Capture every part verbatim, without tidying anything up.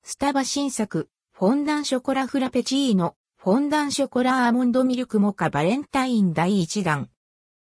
スタバ新作、フォンダンショコラフラペチーノ、フォンダンショコラアーモンドミルクモカバレンタインだいいちだん。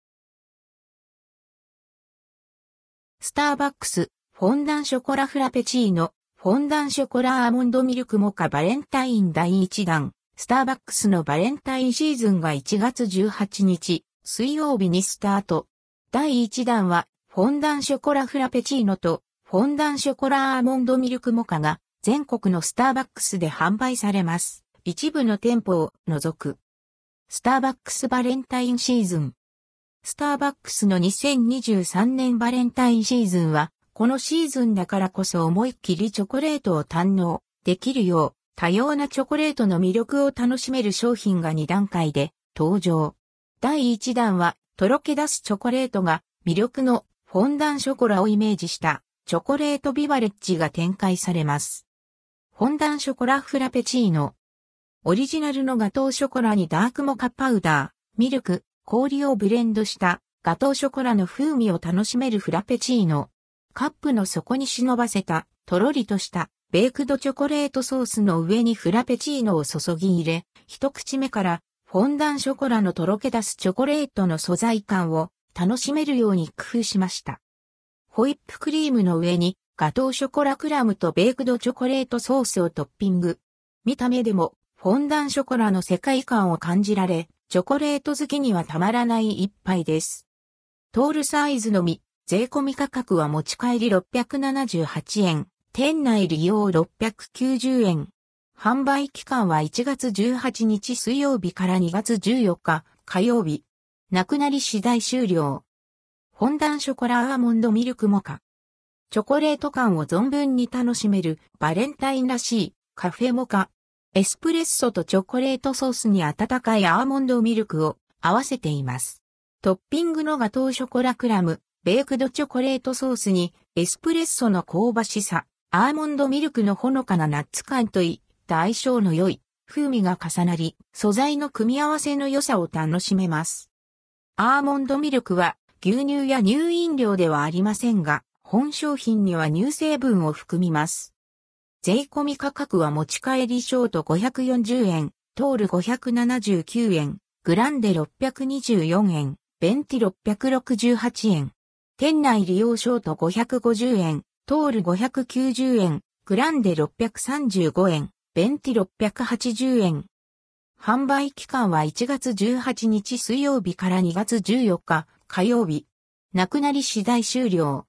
スターバックス、フォンダンショコラフラペチーノ、フォンダンショコラアーモンドミルクモカバレンタインだいいちだん。スターバックスのバレンタインシーズンがいちがつじゅうはちにち、水曜日にスタート。だいいちだんは、フォンダンショコラフラペチーノと、フォンダンショコラアーモンドミルクモカが、全国のスターバックスで販売されます。一部の店舗を除く。スターバックスバレンタインシーズン。スターバックスのにせんにじゅうさんねんバレンタインシーズンは、このシーズンだからこそ思いっきりチョコレートを堪能できるよう、多様なチョコレートの魅力を楽しめる商品がにだんかいで登場。だいいちだんは、とろけ出すチョコレートが魅力のフォンダンショコラをイメージしたチョコレートビバレッジが展開されます。フォンダンショコラフラペチーノ。オリジナルのガトーショコラにダークモカパウダー、ミルク、氷をブレンドしたガトーショコラの風味を楽しめるフラペチーノ。カップの底に忍ばせたとろりとしたベークドチョコレートソースの上にフラペチーノを注ぎ入れ、一口目からフォンダンショコラのとろけ出すチョコレートの素材感を楽しめるように工夫しました。ホイップクリームの上にガトーショコラクラムとベークドチョコレートソースをトッピング。見た目でもフォンダンショコラの世界観を感じられ、チョコレート好きにはたまらない一杯です。トールサイズのみ、税込み価格は持ち帰りろっぴゃくななじゅうはちえん、店内利用ろっぴゃくきゅうじゅうえん。販売期間はいちがつじゅうはちにち水曜日からにがつじゅうよっか火曜日。なくなり次第終了。フォンダンショコラアーモンドミルクモカ。チョコレート感を存分に楽しめるバレンタインらしいカフェモカ。エスプレッソとチョコレートソースに温かいアーモンドミルクを合わせています。トッピングのガトーショコラクラム、ベークドチョコレートソースにエスプレッソの香ばしさ、アーモンドミルクのほのかなナッツ感といった相性の良い風味が重なり、素材の組み合わせの良さを楽しめます。アーモンドミルクは牛乳や乳飲料ではありませんが、本商品には乳成分を含みます。税込み価格は持ち帰りショートごひゃくよんじゅうえん、トールごひゃくななじゅうきゅうえん、グランデろっぴゃくにじゅうよんえん、ベンティろっぴゃくろくじゅうはちえん。店内利用ショートごひゃくごじゅうえん、トールごひゃくきゅうじゅうえん、グランデろっぴゃくさんじゅうごえん、ベンティろっぴゃくはちじゅうえん。販売期間はいちがつじゅうはちにち水曜日からにがつじゅうよっか火曜日。なくなり次第終了。